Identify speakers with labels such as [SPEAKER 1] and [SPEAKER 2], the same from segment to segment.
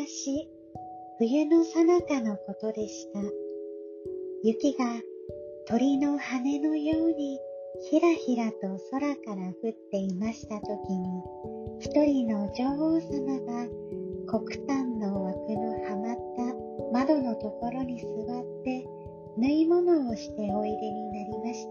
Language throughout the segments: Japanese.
[SPEAKER 1] 昔、冬の最中のことでした。雪が鳥の羽のようにひらひらと空から降っていましたときに、一人の女王様が黒炭の枠のはまった窓のところに座って縫い物をしておいでになりました。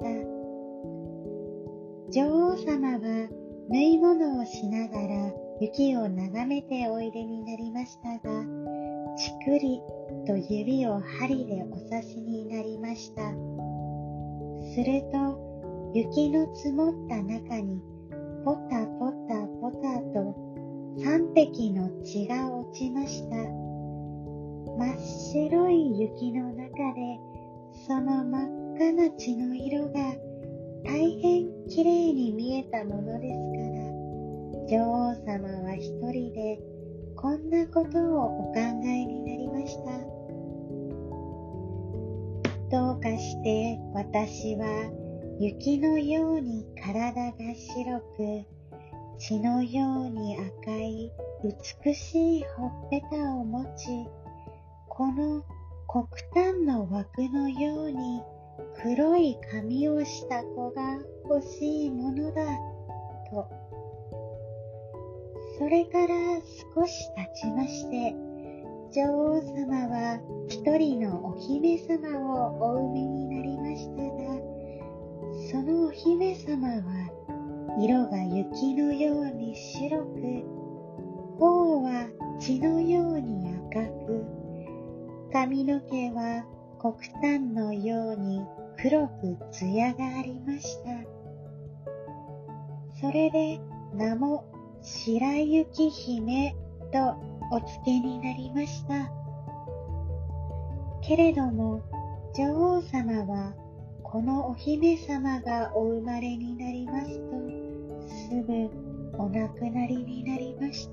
[SPEAKER 1] 女王様は縫い物をしながら雪を眺めておいでになりましたが、ちくりと指を針でお刺しになりました。すると雪の積もった中にポタポタポタと3滴の血が落ちました。真っ白い雪の中でその真っ赤な血の色が大変きれいに見えたものですから、女王様は一人でこんなことをお考えになりました。どうかして私は雪のように体が白く、血のように赤い美しいほっぺたを持ち、この黒炭の枠のように黒い髪をした子が欲しいものだと。それから少し経ちまして、女王様は一人のお姫様をお産みになりましたが、そのお姫様は色が雪のように白く、頬は血のように赤く、髪の毛は黒炭のように黒く艶がありました。それで名も白雪姫とお付けになりました。けれども女王様はこのお姫様がお生まれになりますとすぐお亡くなりになりました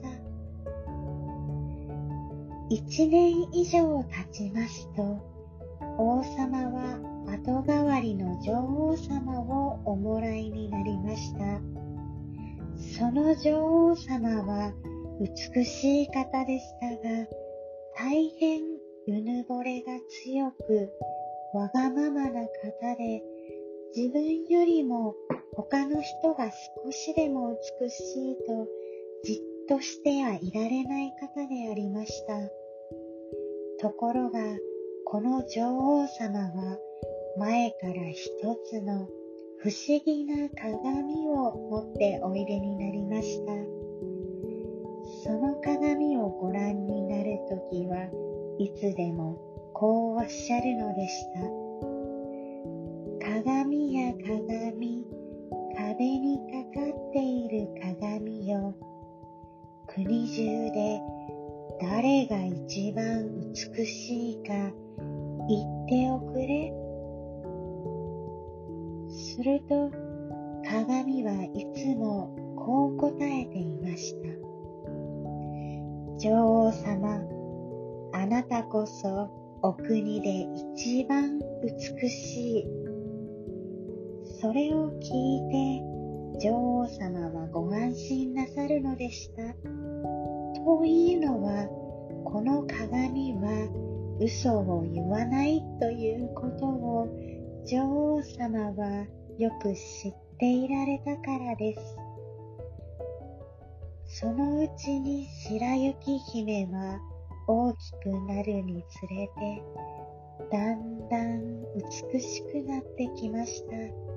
[SPEAKER 1] 。1年以上経ちますと、王様は後代わりの女王様をおもらいになりました。その女王様は美しい方でしたが、大変うぬぼれが強く、わがままな方で、自分よりも他の人が少しでも美しいとじっとしてはいられない方でありました。ところが、この女王様は前から一つの不思議な鏡を持っておいでになりました。その鏡をご覧になるときはいつでもこうおっしゃるのでした。鏡や鏡、壁にかかっている鏡よ。国中で誰が一番美しいか言っておくれ。すると鏡はいつもこう答えていました。女王様、あなたこそお国で一番美しい。それを聞いて女王様はご安心なさるのでした。というのは、この鏡は嘘を言わないということを女王様はよく知っていられたからです。そのうちに白雪姫は大きくなるにつれて、だんだん美しくなってきました。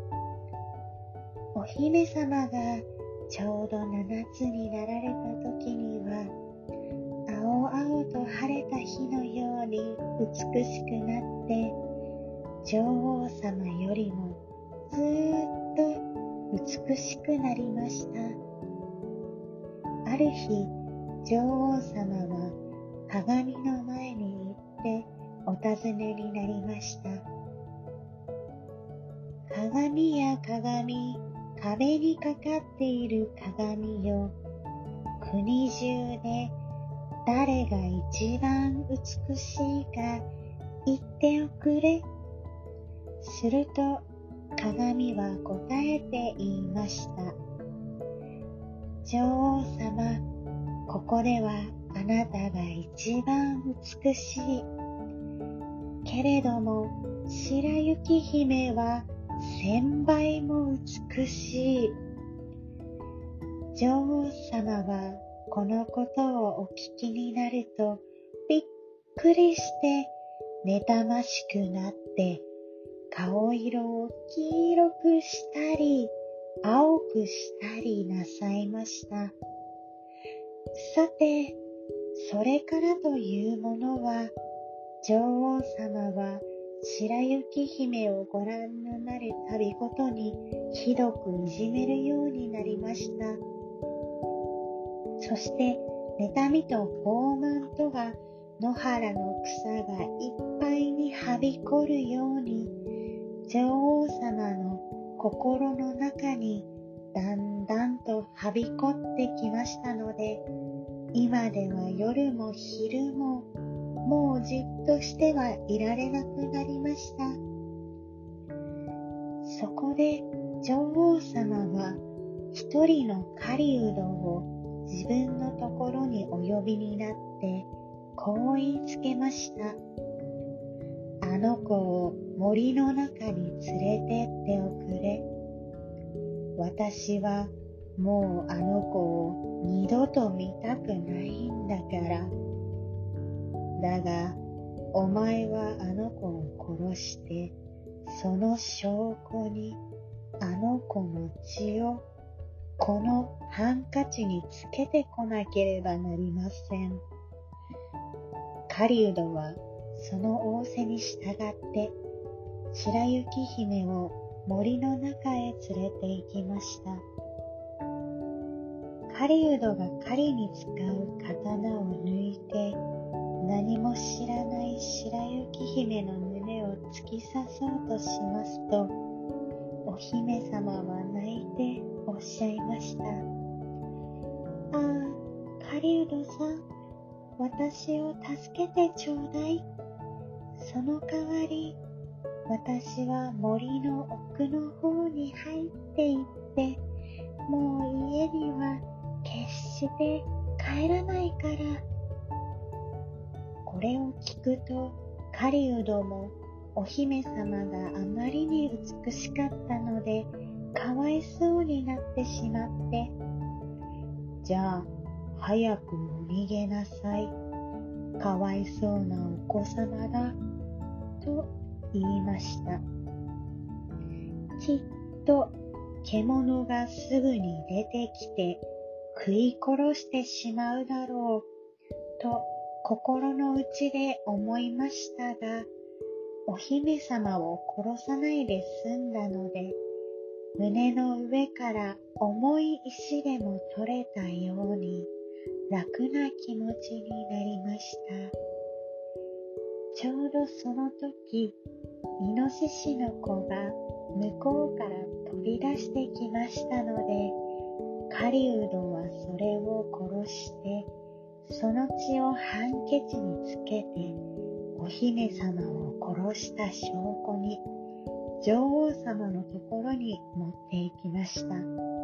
[SPEAKER 1] お姫様がちょうど7つになられた時には、青々と晴れた日のように美しくなって、女王様よりもずっと美しくなりました。ある日、女王様は鏡の前に行ってお尋ねになりました。鏡や鏡、壁にかかっている鏡よ。国中で誰が一番美しいか言っておくれ。すると鏡は答えて言いました。女王様、ここではあなたが一番美しい。けれども白雪姫は1000倍も美しい。女王様はこのことをお聞きになるとびっくりして妬ましくなって顔色を黄色くしたり青くしたりなさいました。さて、それからというものは、女王様は白雪姫をご覧になるたびごとにひどくいじめるようになりました。そして妬みと傲慢とが野原の草がいっぱいにはびこるように、女王様の心の中にだんだんとはびこってきましたので、今では夜も昼ももうじっとしてはいられなくなりました。そこで女王様は一人の狩人を自分のところにお呼びになってこう言いつけました。あの子を森の中に連れてっておくれ。私はもうあの子を二度と見たくないんだから。だが、お前はあの子を殺して、その証拠にあの子の血をこのハンカチにつけてこなければなりません。狩人はその仰せに従って白雪姫を森の中へ連れて行きました。狩人が狩りに使う刀を抜いて、何も知らない白雪姫の胸を突き刺そうとしますと、お姫様は泣いておっしゃいました。ああ、狩人さん、私を助けてちょうだい。その代わり、私は森の奥の方に入っていって、もう家には決して帰らないから。これを聞くと、狩人もお姫様があまりに美しかったので、かわいそうになってしまって、じゃあ、早くお逃げなさい。かわいそうなお子様だ。と言いました。きっと獣がすぐに出てきて食い殺してしまうだろうと心の内で思いましたが、お姫様を殺さないで済んだので、胸の上から重い石でも取れたように楽な気持ちになりました。ちょうどその時、イノシシの子が向こうから飛び出してきましたので、狩人はそれを殺して、その血をハンケチにつけて、お姫様を殺した証拠に、女王様のところに持って行きました。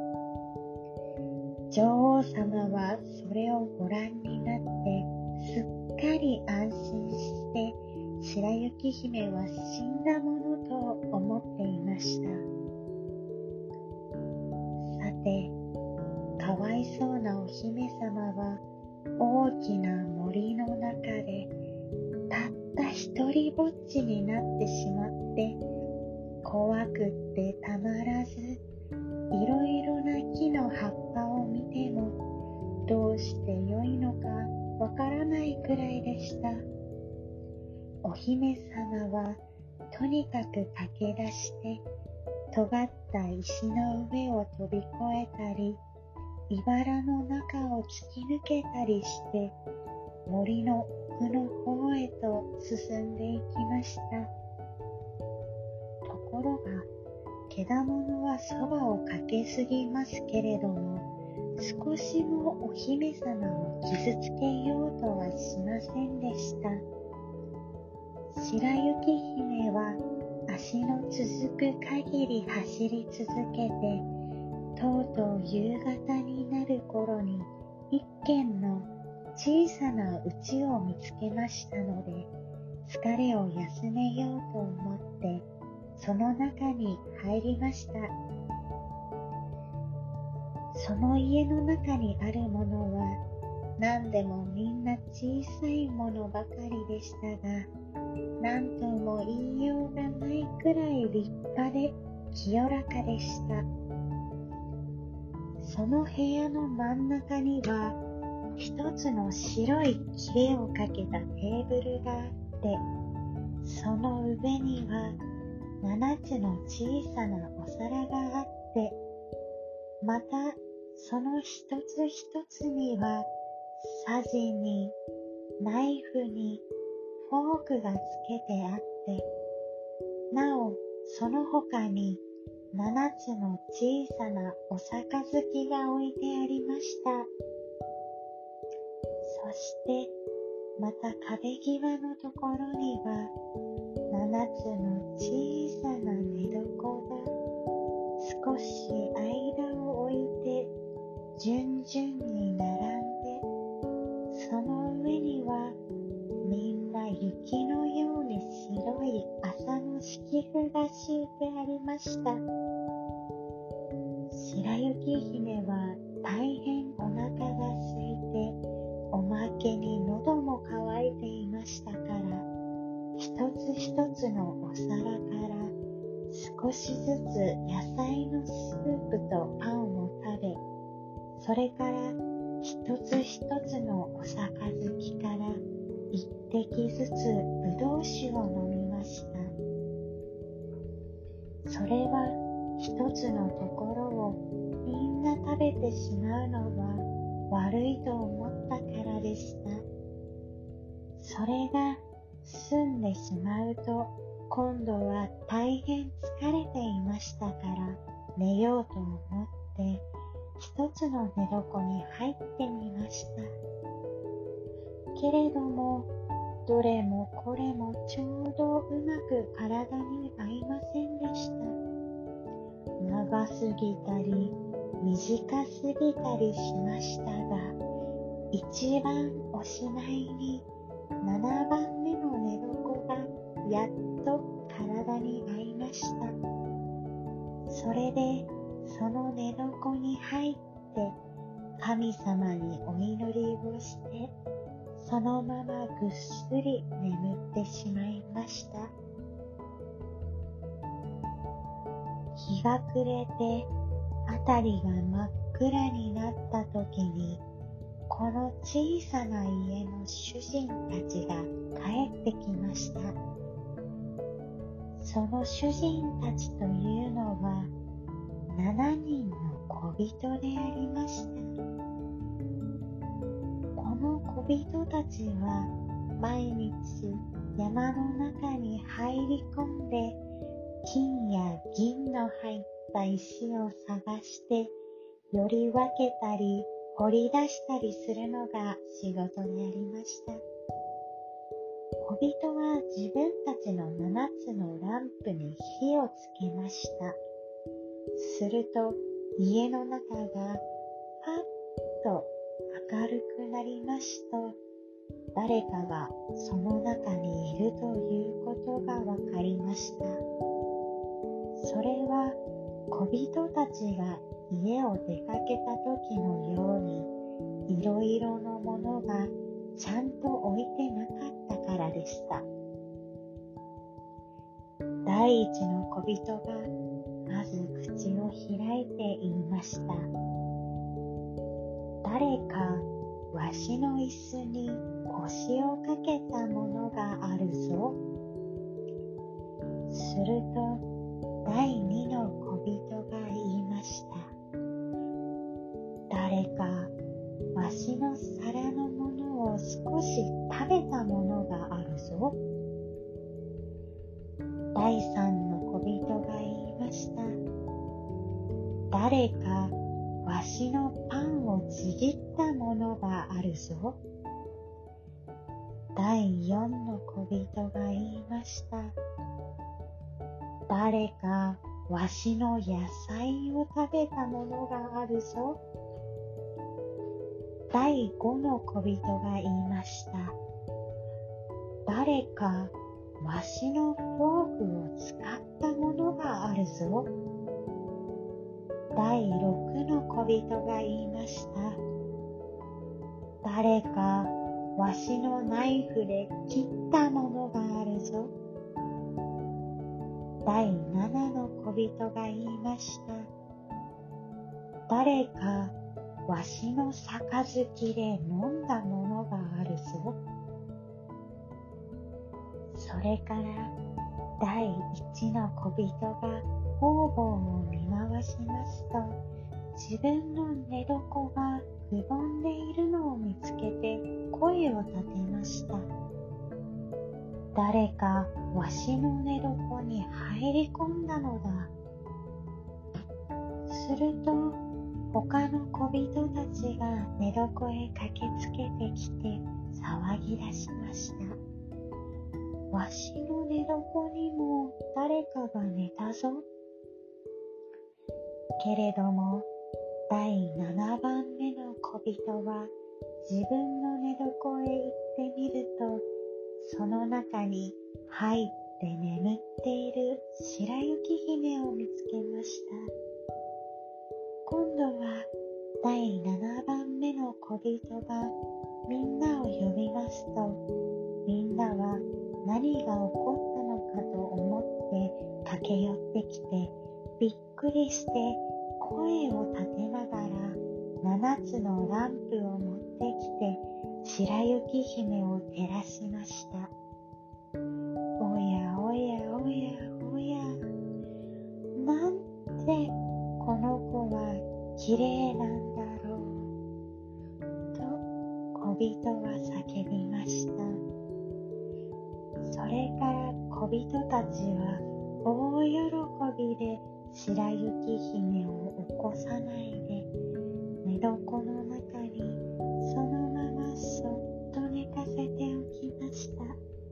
[SPEAKER 1] 女王様はそれをご覧になって、すっかり安心して、白雪姫は死んだものと思っていました。さて、かわいそうなお姫様は大きな森の中でたった一人ぼっちになってしまって、怖くってたまらず、いろいろな木の葉っぱを見てもどうしてよいのかわからないくらいでした。お姫様はとにかく駆け出して、尖った石の上を飛び越えたり、茨の中を突き抜けたりして、森の奥の方へと進んでいきました。ところが、けだものはそばをかけすぎますけれども、少しもお姫様を傷つけようとはしませんでした。白雪姫は足の続く限り走り続けて、とうとう夕方になる頃に一軒の小さな家を見つけましたので、疲れを休めようと思ってその中に入りました。その家の中にあるものは何でもみんな小さいものばかりでしたが、何とも言いようがないくらい立派で清らかでした。その部屋の真ん中には一つの白い切れをかけたテーブルがあって、その上には7つの小さなお皿があって、またその一つ一つにはさじにナイフにフォークがつけてあって、なおその他に7つの小さなお杯が置いてありました。そしてまた壁際のところには7つの小さな寝床が少し間を置いて順々に並んで、その上にはみんな雪のように白い麻の敷布が敷いてありました。白雪姫は大変お腹が空いて、おまけに喉も渇いていましたから、一つ一つのお皿から少しずつ野菜のスープとパンを食べ、それから一つ一つのお杯から一滴ずつぶどう酒を飲みました。それは一つのところをみんな食べてしまうのは悪いと思ったからでした。それが済んでしまうと、今度は大変疲れていましたから寝ようと思って一つの寝床に入ってみました。けれどもどれもこれもちょうどうまく体に合いませんでした。長すぎたり短すぎたりしましたが、一番おしまいに7番目の寝床がやっと体に合いました。それでその寝床に入って神様にお祈りをして、そのままぐっすり眠ってしまいました。日が暮れて辺りが真っ暗になった時に、この小さな家の主人たちが帰ってきました。その主人たちというのは7人の小人でありました。この小人たちは毎日山の中に入り込んで金や銀の入った石を探してより分けたり掘り出したりするのが仕事でありました。小人は自分たちの7つのランプに火をつけました。すると家の中がパッと明るくなりますと、誰かがその中にいるということがわかりました。それは小人たちが家を出かけた時のようにいろいろのものがちゃんと置いてなかったからでした。第一の小人がまず口を開いて言いました。誰かわしの椅子に腰をかけたものがあるぞ。すると第二の小人が言いました。誰かわしの皿のものを少し食べたものがあるぞ。第三の小人が言いました。誰かわしのパンをちぎったものがあるぞ。第四の小人が言いました。誰かわしの野菜を食べたものがあるぞ。 第5の小人が言いました。誰かわしのフォークを使ったものがあるぞ。第6の小人が言いました。誰かわしのナイフで切ったものがあるぞ。第7の小人が言いました。誰かわしの杯で飲んだものがあるぞ。それから第1の小人が方々を見回しますと、自分の寝床がくぼんでいるのを見つけて声を立てました。誰かわしの寝床に入り込んだのだ。すると他の小人たちが寝床へ駆けつけてきて騒ぎ出しました。わしの寝床にも誰かが寝たぞ。けれども第7番目の小人は自分の寝床へ行ってみると、その中に入って眠っている白雪姫を見つけました。今度は第7番目の小人がみんなを呼びますと、みんなは何が起こったのかと思って駆け寄ってきて、びっくりして声を立てながら7つのランプを持ってきて白雪姫を照らしました。おやおやおやおや、なんてこの子はきれいなんだろうと小人は叫びました。それから小人たちは大喜びで白雪姫を起こさないで寝床の中にそのままそっと寝かせておきました。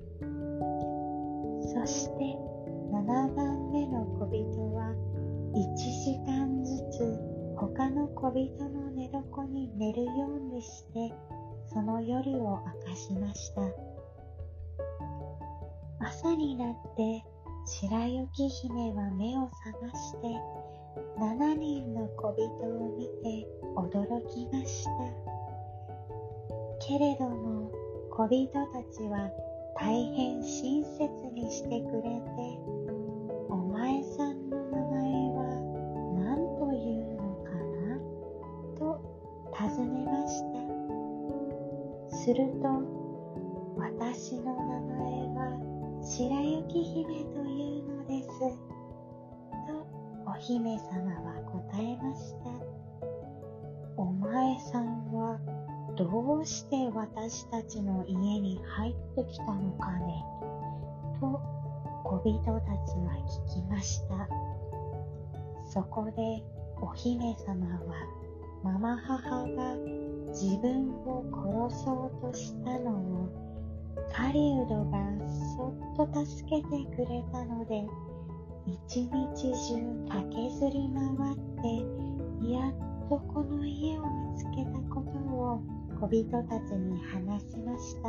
[SPEAKER 1] そして7番目の小人は1時間ずつ他の小人の寝床に寝るようにしてその夜を明かしました。朝になって白雪姫は目を覚まして7人の小人を見て驚きました。けれども小人たちは大変親切にしてくれて、お前さんの名前は何というのかなと尋ねました。すると、私の名前は白雪姫というのです。とお姫様は答えました。お前さんはどうして私たちの家に入ってきたのかねと小人たちは聞きました。そこでお姫様はママ母が自分を殺そうとしたのを狩人がそっと助けてくれたので、一日中駆けずり回ってやっとこの家を見つけたことを小人たちに話しました。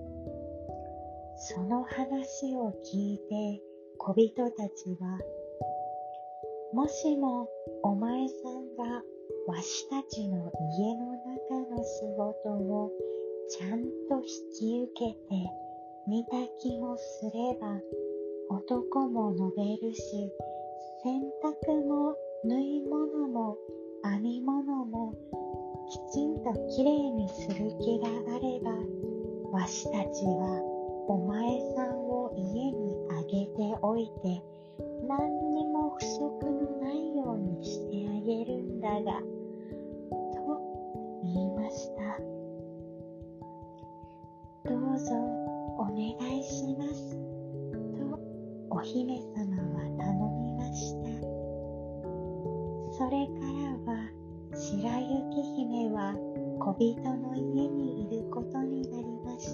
[SPEAKER 1] その話を聞いて小人たちは、もしもお前さんがわしたちの家の中の仕事をちゃんと引き受けて見た気もすれば、男も飲めるし、洗濯も縫い物も編み物もきちんときれいにする気があれば、わしたちはお前さんを家にあげておいて、何にも不足のないようにしてあげるんだが、と言いました。どうぞお願いします、とお姫様は頼みました。それからは白雪姫は小人の家にいることになりました。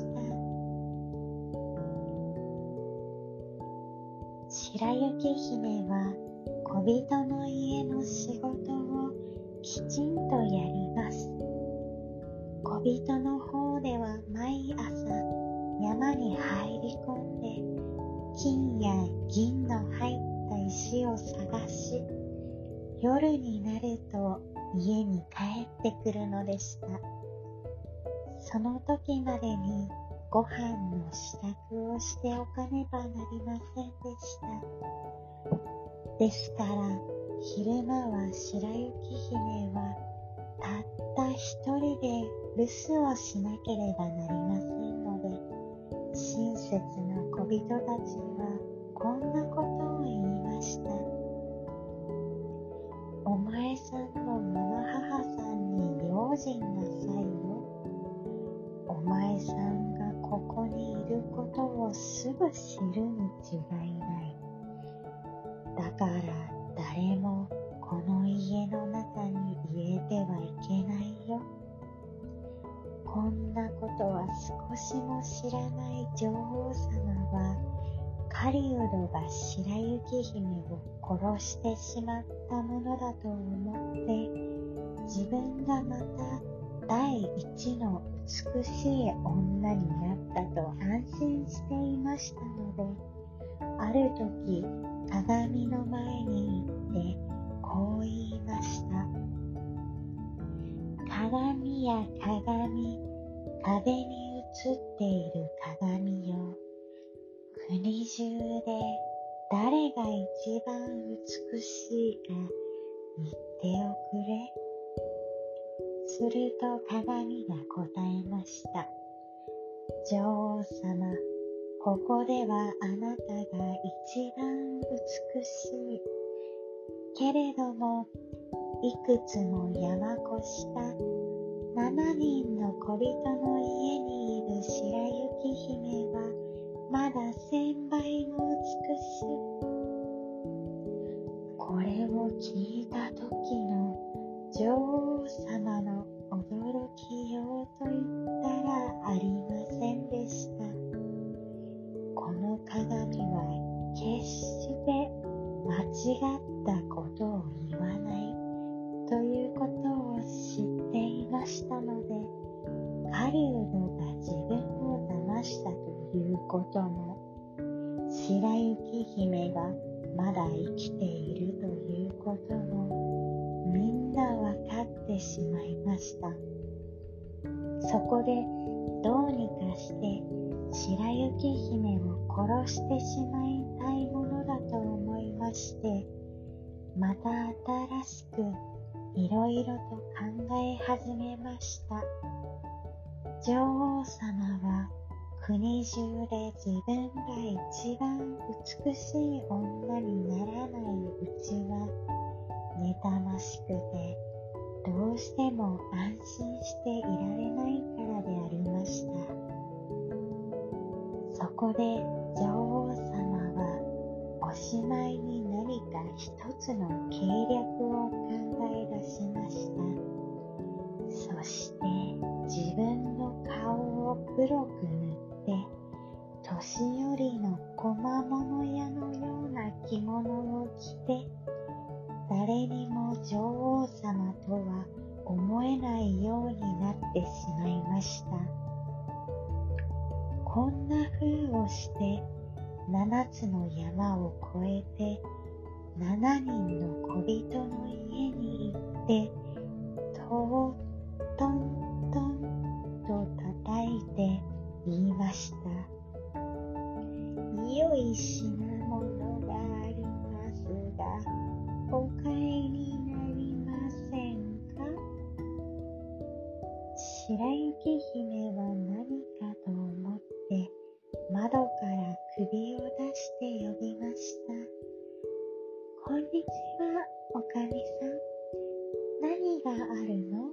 [SPEAKER 1] 白雪姫は小人の家の仕事をきちんとやります。 人の方では毎朝山に入り込んで金や銀の入った石を探し、夜になると家に帰ってくるのでした。その時までにご飯の支度をしておかねばなりませんでした。ですから昼間は白雪姫はたった一人で留守をしなければなりませんので、親切な小人たちはこんなことを言いました。お前さんのママ母さんに用心なさいよ。お前さんがここにいることをすぐ知るに違いない。だから誰もこの家の中に入れてはいけないよ。こんなことは少しも知らない女王様は、狩人が白雪姫を殺してしまったものだと思って、自分がまた第一の美しい女になったと安心していましたので、ある時鏡の前に行ってこう言いました。鏡や鏡、壁に映っている鏡よ。国中で誰が一番美しいか言っておくれ。すると鏡が答えました。女王様、ここではあなたが一番美しい。けれども、いくつも山越した7人の小人の家にいる白雪姫はまだ1000倍も美しい。これを聞いた時の女王様の驚きようと言ったらありませんでした。この鏡は決して間違ったことを言わないということを知っていましたので、狩人が自分を騙したということも、白雪姫がまだ生きているということも、みんなわかってしまいました。そこでどうにかして白雪姫を殺してしまいたいものだと思いまして、また新しくいろいろと考え始めました。女王様は国中で自分が一番美しい女にならないうちは妬ましくてどうしても安心していられないからでありました。そこで女王様はおしまいに何か一つの計略を考え出しました。そして自分の顔を黒く塗って年寄りの小間物屋のような着物を着て、誰にも女王様とは思えないようになってしまいました。こんな風をして7つの山を越えて7人の小人の家に行って、トントントンと叩いて言いました。良い品物がありますが、お買いになりませんか？白雪姫は何かと思って窓から首を出して呼びました。こんにちは、おかみさん。何があるの？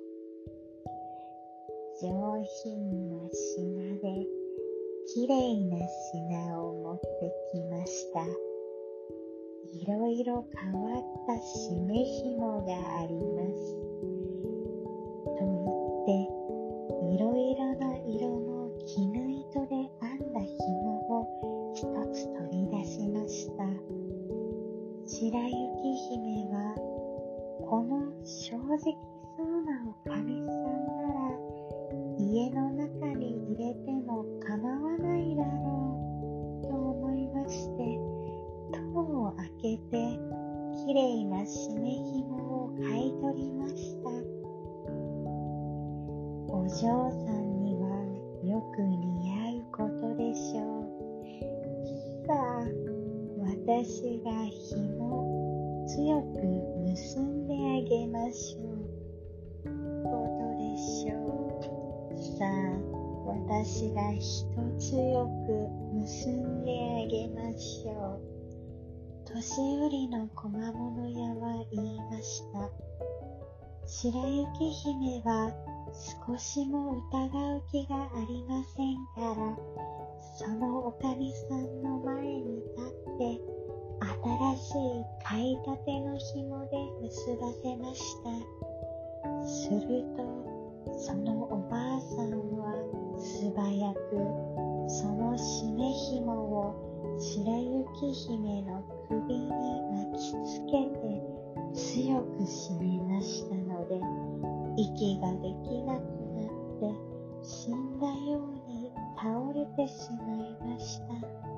[SPEAKER 1] 上品な品できれいな品を持ってきました。いろいろ変わった締め紐があります。と言って、いろいろな色の絹糸で編んだ紐を一つ取り出しました。白雪姫は、この正直そうなおかみさんなら、い家の中に入れても構わないだろうと思いまして、戸を開けてきれいな締め紐を買い取りました。お嬢さんにはよく似合うことでしょう。さあ、私が紐強く結んであげましょう。ことでしょう。さあ、私が一強く結んであげましょう。年寄りの小間物屋は言いました。白雪姫は少しも疑う気がありませんから、そのおかみさんの前に立って、新しい買いたての紐で結ばせました。すると、そのおばあさんは素早くその締め紐を白雪姫の首に巻きつけて強く締めましたので、息ができなくなって死んだように倒れてしまいました。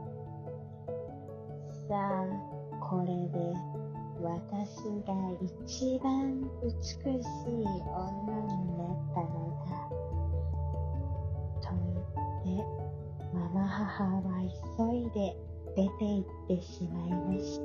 [SPEAKER 1] さあ、これで私が一番美しい女になったのだ。と言って、ママ母は急いで出て行ってしまいました。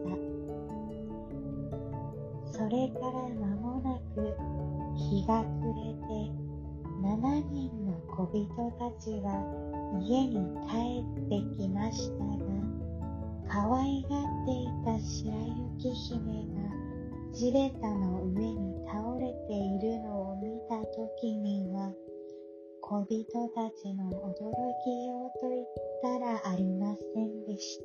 [SPEAKER 1] それから間もなく日が暮れて、7人の小人たちは家に帰ってきましたが、可愛がっていた白雪姫が地べたの上に倒れているのを見たときには、小人たちの驚きようと言ったらありませんでした。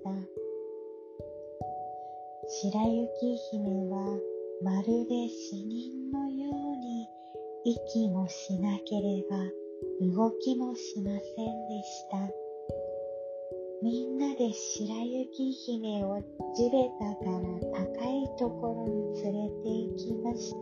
[SPEAKER 1] 白雪姫はまるで死人のように息もしなければ動きもしませんでした。みんなで白雪姫を地べたから高いところに連れて行きました。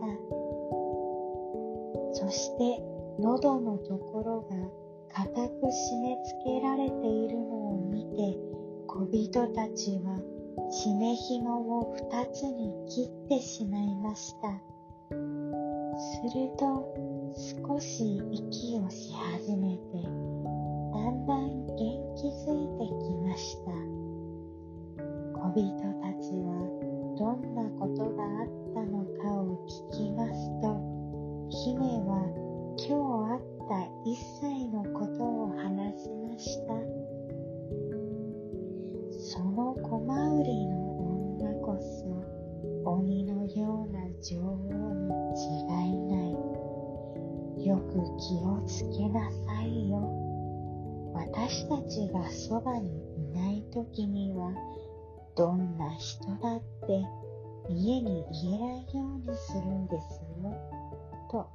[SPEAKER 1] そして喉のところが固く締め付けられているのを見て、小人たちは締め紐を2つに切ってしまいました。すると少し息をし始めて、だんだん元気づいてきました。小人たちはどんなことがあったのかを聞きますと、姫は今日あった1歳のことを話しました。その小まうりの女こそ鬼のような女王に違いない。よく気をつけなさいよ。私たちがそばにいないときには、どんな人だって家に入れないようにするんですよ、と。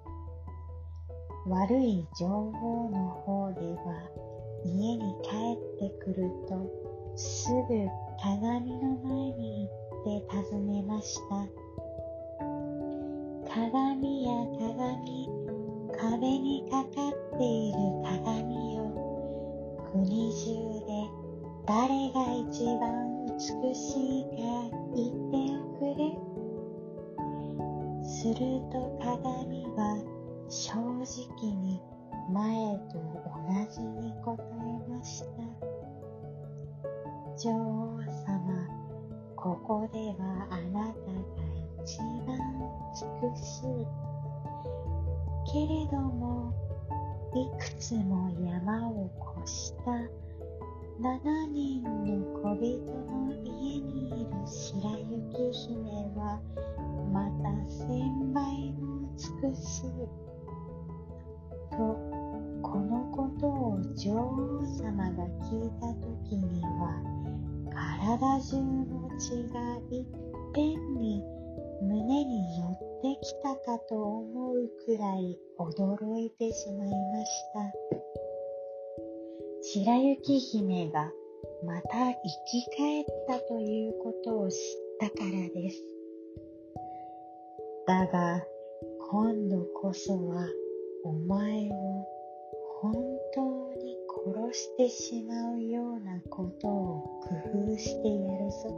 [SPEAKER 1] 悪い女王の方では、家に帰ってくると、すぐ鏡の前に行って尋ねました。鏡や鏡、壁にかかっている鏡よ。国中で誰が一番美しいか言っておくれ。すると鏡は正直に前と同じに答えました。女王様、ここではあなたが一番美しい。けれども、いくつも山を越した7人の小人の家にいる白雪姫はまた1000倍も美しい。と、このことを女王様が聞いたときには、体中の血がいっぺんに胸に寄ってきたかと思うくらい驚いてしまいました。白雪姫がまた生き返ったということを知ったからです。だが、今度こそはお前を本当に殺してしまうようなことを工夫してやるぞ。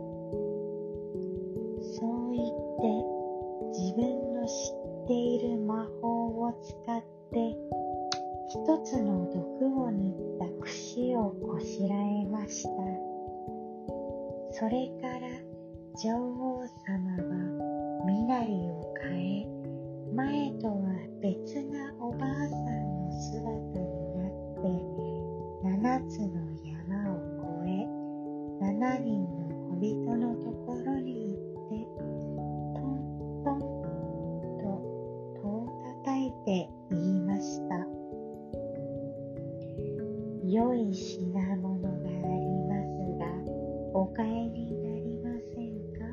[SPEAKER 1] そう言って自分の知っている魔法を使って一つの毒を塗った櫛をこしらえました。それから女王様は身なりを変え、前とは別なおばあさんの姿になって7つの山を越え、7人の小人のところに行って、トントンと戸を叩いて言いました。良い品物がありますが、お買いになりませんか？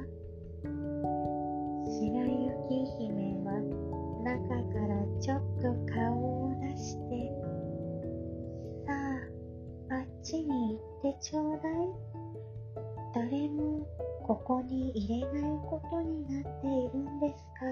[SPEAKER 1] 白雪姫は中からちょっと顔を出して、さあ、あっちに行ってちょうだい。誰もここに入れないことになっているんですから。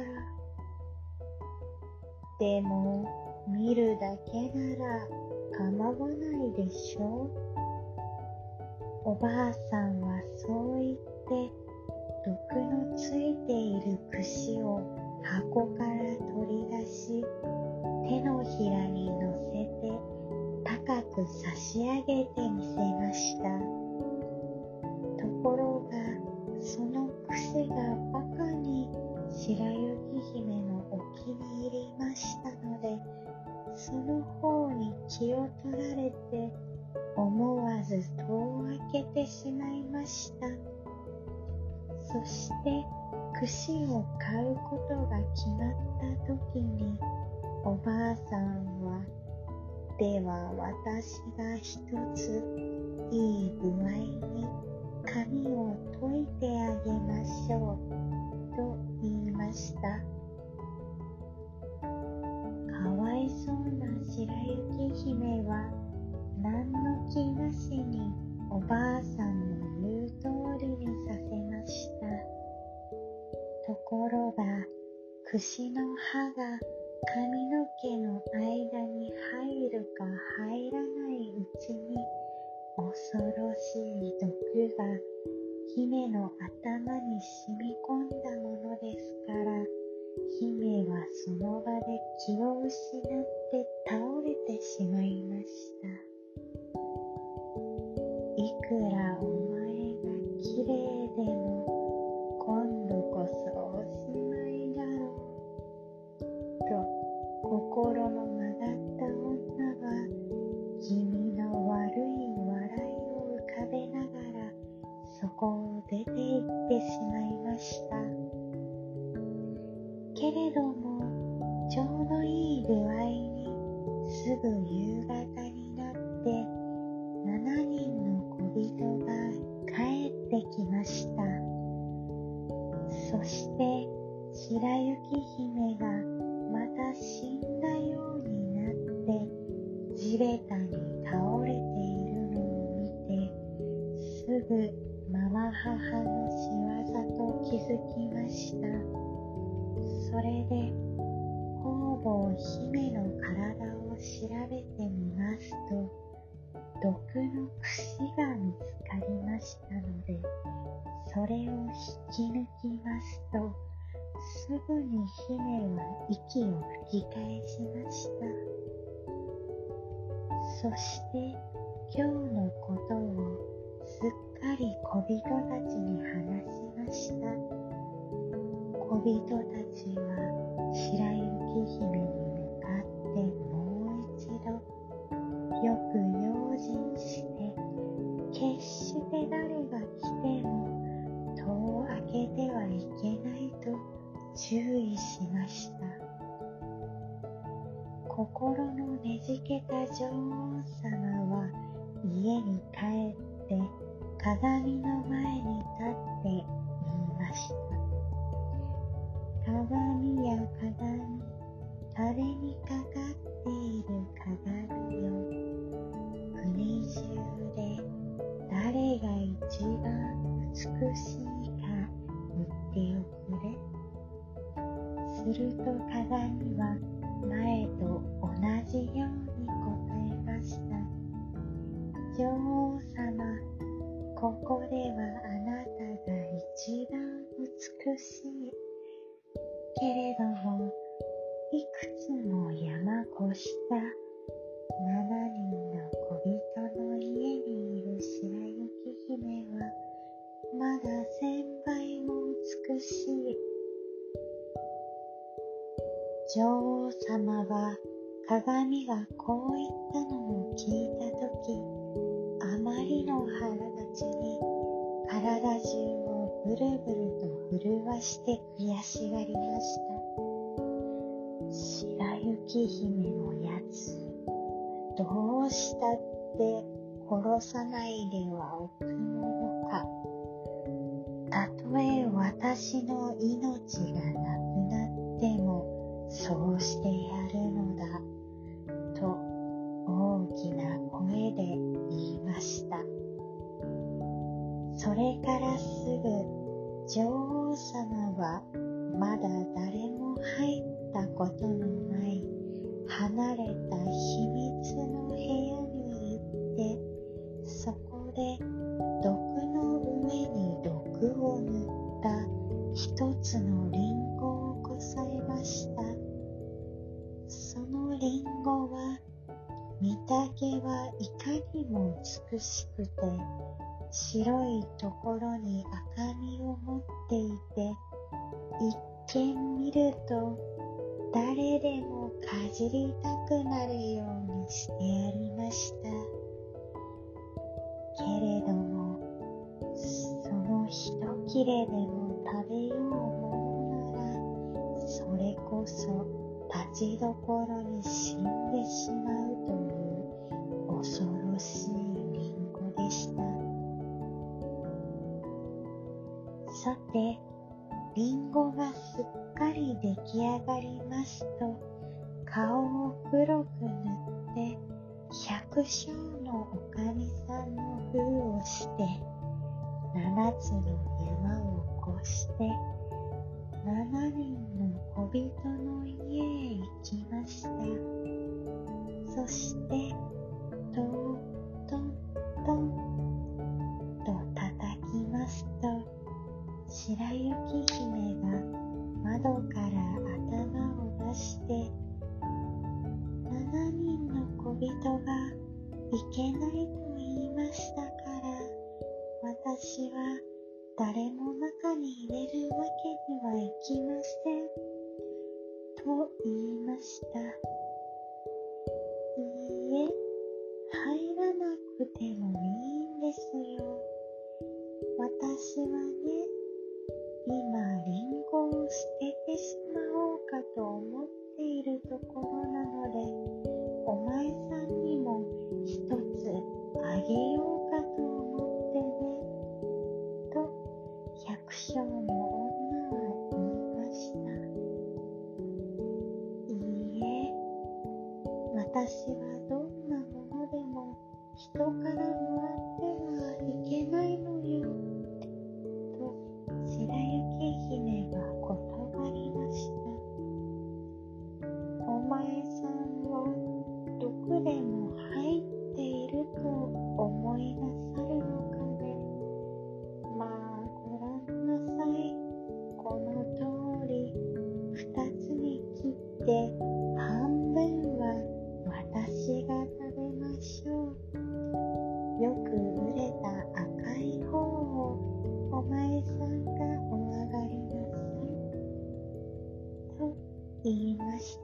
[SPEAKER 1] でも、見るだけなら構わないでしょう。おばあさんはそう言って毒のついている櫛を箱から取り出し、手のひらに乗せて高く差し上げてみせました。ところがその櫛がバカに白雪姫のお気に入りましたので、その方に気を取られて思わず戸を開けてしまいました。そして櫛を買うことが決まった時に、おばあさんは、では私が一ついい具合に髪を解いてあげましょうと言いました。かわいそうな白雪姫は何の気なしにおばあさんの言う通りにさせました。ところが櫛の刃が髪の毛の間に入るか入らないうちに、恐ろしい毒が姫の頭に染み込んだものですから、姫はその場で気を失って倒れてしまいました。いくらお前がきれいでも、今度こそおしまいだろう、と心の曲がった女は気味の悪い笑いを浮かべながらそこを出て行ってしまいました。けれどもちょうどいい具合にすぐ夕方になって7人の小人が帰ってきました。そして白雪姫がまた死んだようになって地べたに倒れているのを見て、すぐママ母の仕業と気づきました。それで方々姫の体を調べてみますと、毒の櫛が見つかりましたので、それを引き抜きますと、すぐに姫は息を吹き返しました。そして今日のことをすっかり小人たちに話しました。小人たちは白雪姫に向かってもう一度よく用心して、決して誰が来ても戸を開けてはいけないと注意しました。心のねじけた女王様は家に帰って鏡の前に立って言いました。鏡や鏡、壁にかかっている鏡よ。国中で誰が一番美しいか言っておくれ。すると鏡は前と同じように答え女王様、ここではあなたが一番美しい。けれども、いくつも山越した7人の小人の家にいる白雪姫は、まだ1000倍も美しい。女王様は鏡がこう言ったのを聞いたとき、あまりの腹立ちに体中をブルブルと震わして悔しがりました。白雪姫のやつ、どうしたって殺さないではおくものか。たとえ私の命がなくなってもそうしてやるのだと大きな声で言いました。それからすぐ女王様はまだ誰も入ったことのない離れた秘密の部屋に行って、そこで毒の上に毒を塗った一つのリンゴをこさえました。そのリンゴは見た目はいかにも美しくて、白いところに赤みを持っていて、一見見ると誰でもかじりたくなるようにしてありました。けれども、その一切れでも食べようものなら、それこそ立ちどころに死んでしまうという恐ろしいリンゴでした。さて、リンゴがすっかり出来上がりますと、顔を黒く塗って百姓のおかみさんの封をして、7つの山を越して7人の小人の家へ行きました。そしてトントントンと叩きますと、白雪姫が窓から頭を出して、7人の小人がいけないと言いましたから、私は誰も中に入れるわけにはいきませんと言いました。いいえ、入らなくてもいいんですよ。私はね、今リンゴを捨ててしまおうかと思っているところなので、お前さんにも一つあげようかと思ってね、と百姓の女は言いました。いいえ、私はどんなものでも人からもらってはいけないのよ、と白雪姫が断りました。お前さんは毒でも入っていると思いなさるのかね。まあご覧なさい。この通り2つに切って半分は私が食べましょう。よく熟れた赤い方をお前さんがお上がりなさいと言いました。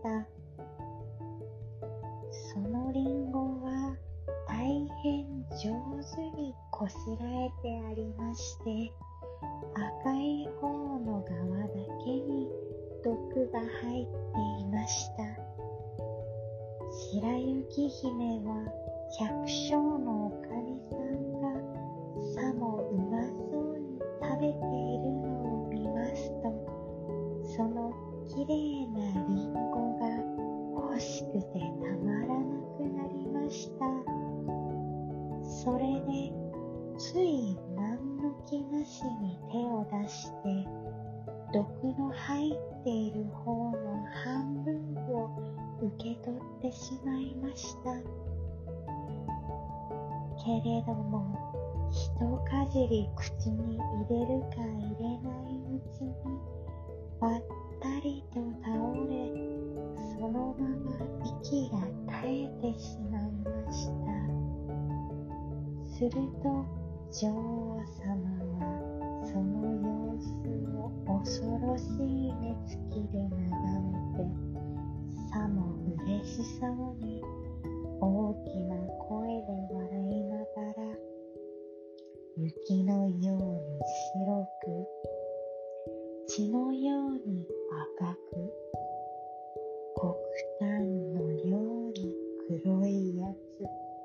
[SPEAKER 1] そのリンゴは大変上手にこしらえてありまして、赤い方の側だけに毒が入っていました。白雪姫は百姓のおかみさんがさもうまそうに食べているのを見ますと、そのきれいなリンゴが欲しくてたまらなくなりました。それでつい何の気なしに手を出して毒の入っている方の半分を受け取ってしまいました。けけれども、ひとかじり口に入れるか入れないうちにばったりと倒れ、そのまま息が絶えてしまいました。すると女王様はその様子を恐ろしい目つきで眺めて、さも嬉しそうに大きな声で笑いながら、雪のように白く、血のように赤く、黒炭のように黒いやつ、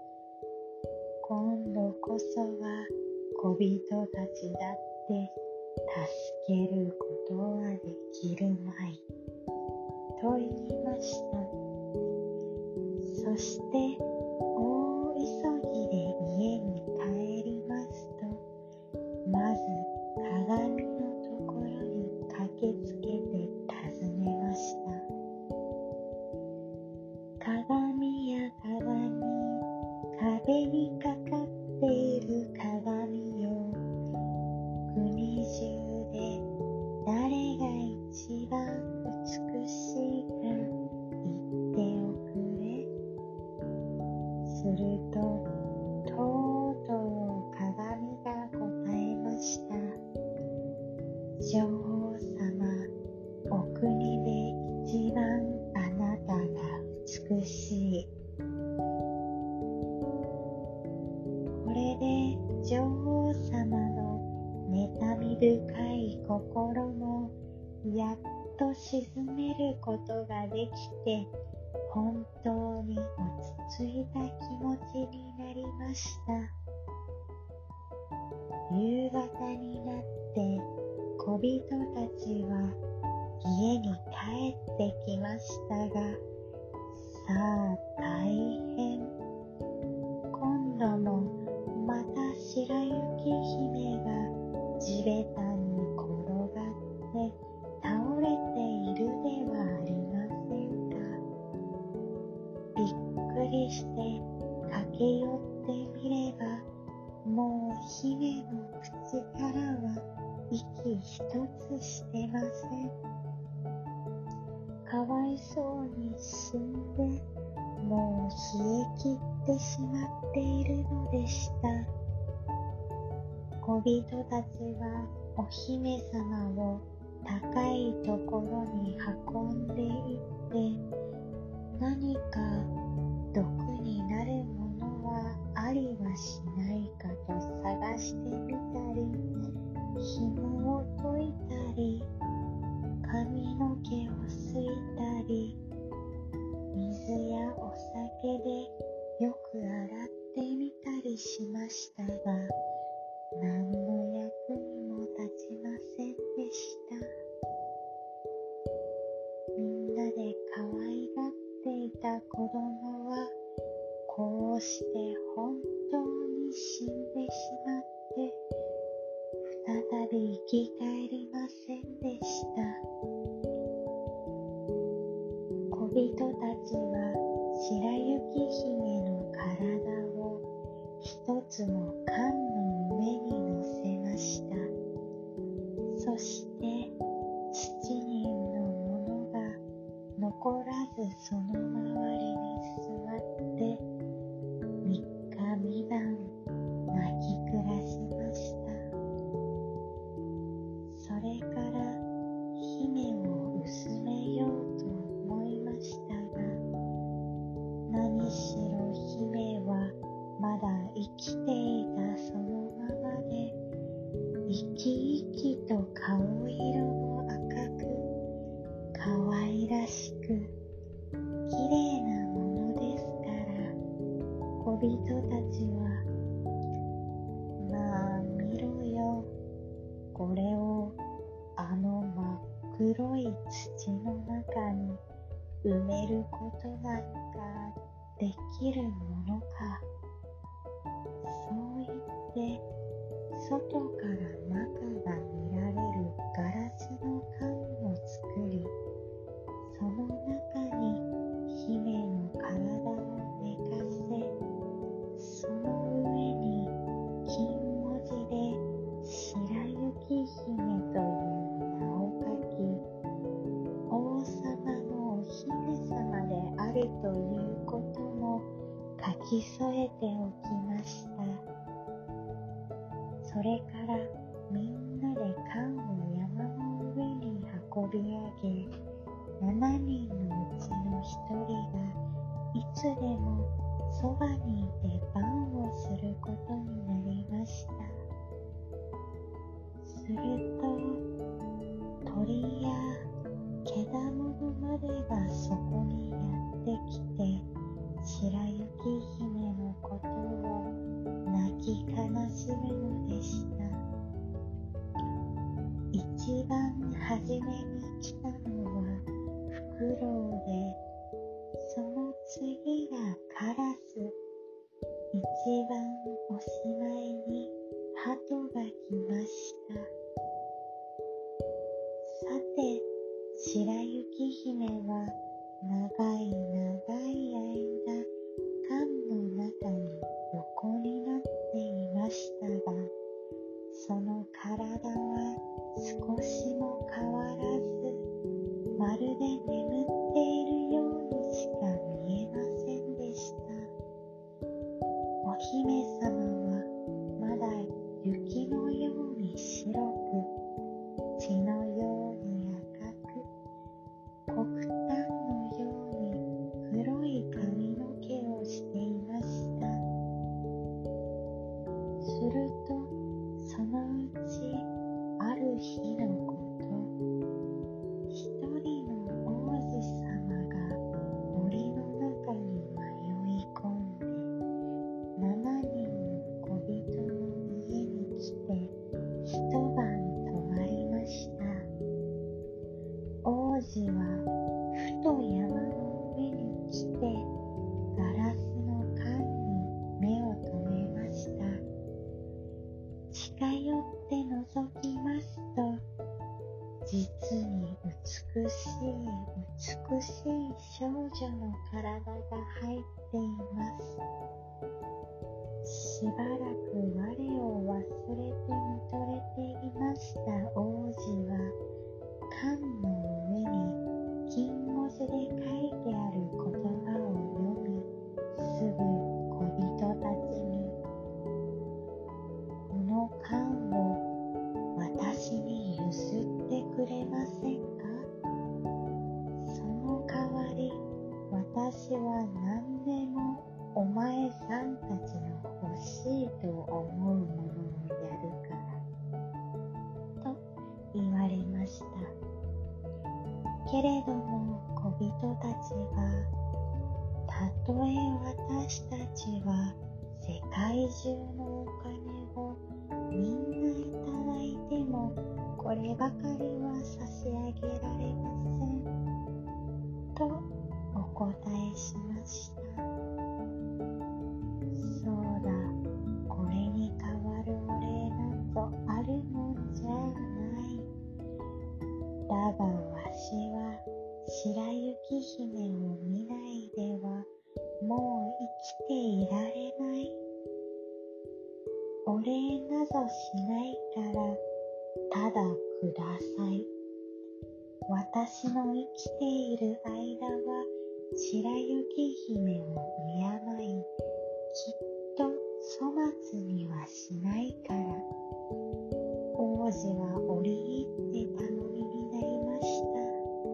[SPEAKER 1] 今度こそは小人たちだって助けることはできるまい、と言いました。そして大急ぎで家に帰りますと、まず鏡のところに駆けつけて尋ねました。鏡や鏡、壁にかかっている鏡よ、国中で誰が一番美しいか言っておくれ。するととうとう鏡が答えました。女王様、お国で一番あなたが美しい。これで女王様の妬み深い心もやっと鎮めることができて、本当に落ち着いた気持ちになりました。夕方になって小人たちは家に帰ってきましたが、さあ大変。今度もまた白雪姫が地べたに転がって倒れているではありませんか。びっくりして駆け寄ってみれば、もう姫の口からは息一つしてません。かわいそうに死んで、もう冷え切ってしまっているのでした。小人たちはお姫様を高いところに運んでいって、何か毒になるものはありはしないかと探してみたり、紐を解いたり、髪の毛をすいたり、水やお酒でよく洗ってみたりしましたが、何の役にも立ちませんでした。みんなで可愛がっていた子供は、こうして本当に死んでしまって、再び生き返りませんでした。小人たちは白雪姫の体を一つの缶の上に乗せました。そして7人の者が残らずその周りに座って3日3晩泣き暮らしました。それから姫を薄めようと思いましたが、何しろ姫はまだ生きていたそのままで、生き生きと顔色も赤く、可愛らしく、綺麗なものですから、小人たちは、まあ見ろよ、これをあの真っ黒い土の中に埋めることなんかできるものか。そう言って外から中が見られるガラスの缶を作り、その中に姫の体を寝かせ、その上にるということも書き添えておきました。それからみんなで缶を山の上に運び上げ、7人のうちの1人がいつでもそばにいて番をすることになりました。すると鳥やけだものまでがそこにやってきて、白雪姫のことを泣き悲しむのでした。一番初めに来たのはフクロウで、その次がカラス、一番おしまいにハトが来ました。さて、白雪姫は長い長い間、缶の中に横になっていましたが、その体は少しも変わらず、まるで眠っているようにしか見えませんでした。お姫様はまだ雪のように白く、血のように赤く、黒炭のように黒い髪の毛をしていました。するとそのうちある日のこと、一人の王子様が森の中に迷い込んで、7人の小人の家に来て一晩泊まりました。王子はふと山の上に来て、ガラスの缶に目を留めました。近寄って覗きますと、実に美しい少女の体が入っています。しばらく我を忘れて見とれていました王子は、缶の上に金文字で書いてある言葉を読み、すぐ小人たちに、この缶を私に譲ってくれませんか？その代わり私は何でもお前さんたちの欲しいと思うものをやるからと言われました。けれども小人たちは、たとえ私たちは世界中のお金をみんないただいても、こればかりは差し上げられませんとお答えしました。そうだ、これに代わるお礼なんぞあるもんじゃない。だがわしは白雪姫を見ないではもう生きていられない。お礼などしないからただください。私の生きている間は白雪姫を敬い、きっと粗末にはしないから。王子は折り入って頼みになりました。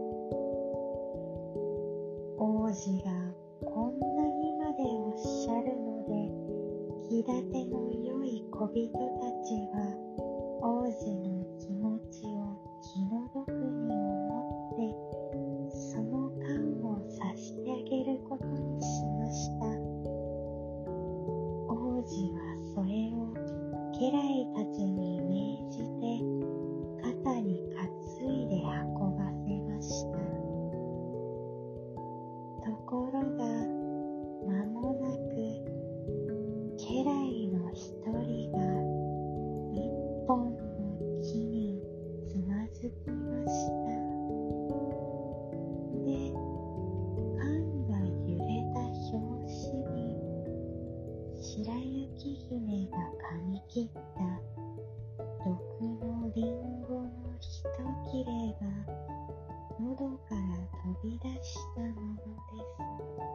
[SPEAKER 1] 王子がこんなにまでおっしゃるので、気立ての良い小人たちは王子の気持ちを気の毒に思って、その缶を差し上げることにしました。王子はそれを家来たちに命じて肩に担いで運ばせました。ところが間もなく家来の一人が一本の木につまずきました。で、缶が揺れた拍子に白雪姫が噛み切った毒のリンゴの一切れが喉から飛び出したものです。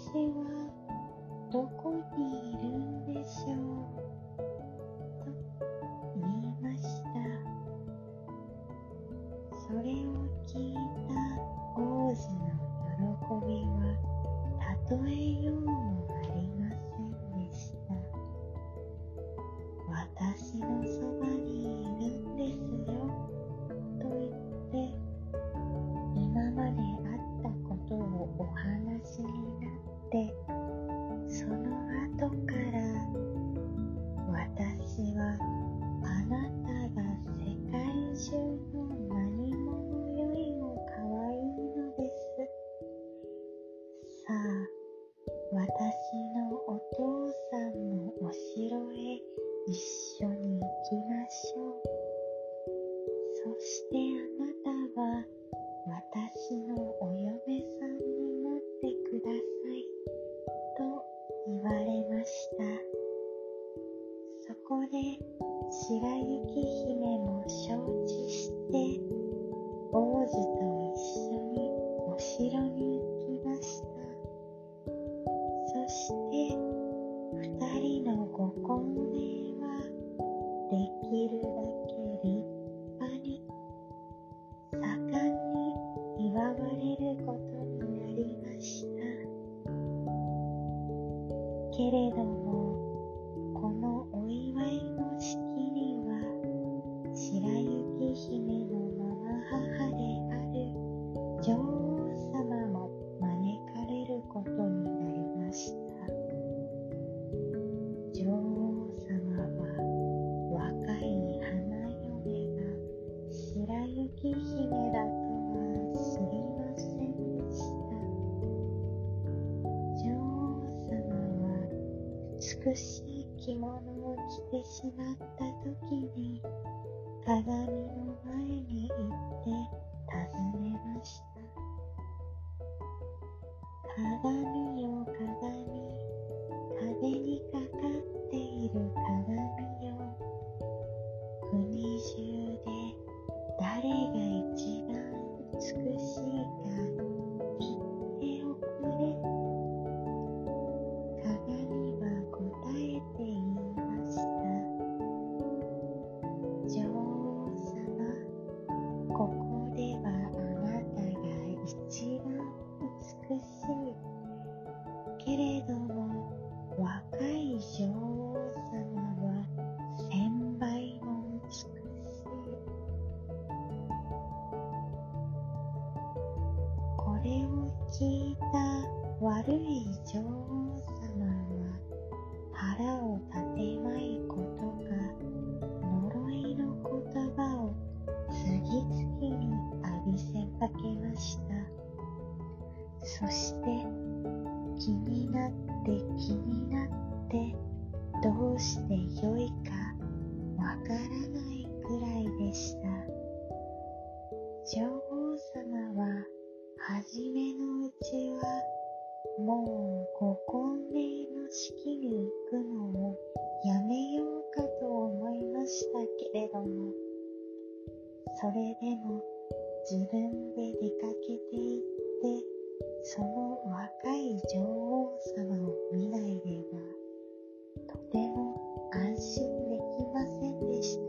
[SPEAKER 1] はどこにいるんでしょうと言いました。それを聞いた王子の喜びは例えようもありませんでした。私のそばにいるんですよと言って今まであったことをお話になって、その後から私はあなたが世界中の何者よりも可愛いのです。さあ、私のお父さんのお城へ一緒に行きましょう。そしてあなたは私のお嫁さんになってくださいと言われました。そこで白雪姫も承知して王子と一緒にお城に行きました。そして二人のご婚礼はできるだけ立派に盛んに祝われることになりました。けれどもこのお祝いの式には白雪姫のまま母である女王様も招かれることになりました。女王様は若い花嫁が白雪姫だとは知りませんでした。女王様は美しい着物を着てしまった時に鏡の前に行って尋ねました。鏡よ鏡、壁にかかっている鏡よ、国中で誰が一番美しいか言っておくれ。鏡は答えて言いました。女王様、ここではあなたが一番美しい。けれども若い女王様は1000倍も美しい。これを聞いた悪い女王様は腹を立てまいことか呪いの言葉を次々に浴びせかけました。そして気になってどうしてよいかわからないくらいでした。女王様ははじめのうちはもうご婚礼の式に行くのをやめようかと思いましたけれども、それでも自分で出かけて行ってその若い女王様を見ないではとても安心できませんでした。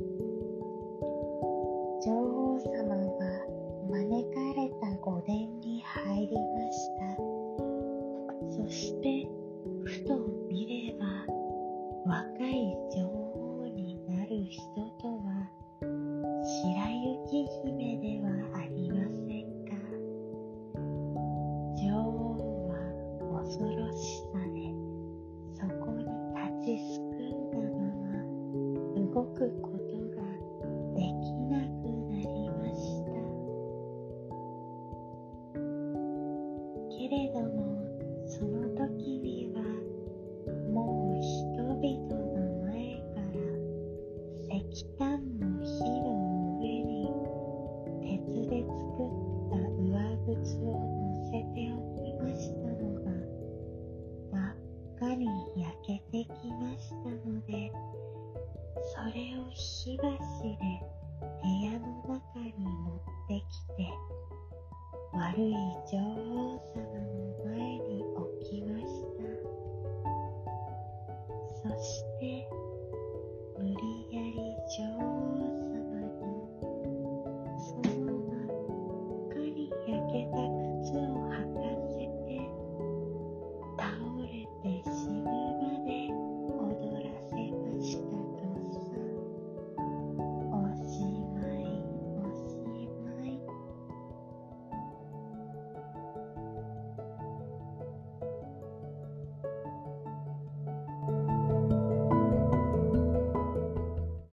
[SPEAKER 1] 女王様が招かれた御殿に入りました。そしてふと見れば若い女王になる人とは白雪姫ではありませんか。女王は恐ろしさでそこに立ちすくんだまま動くことができなくなりました。けれどもその時にはもう人々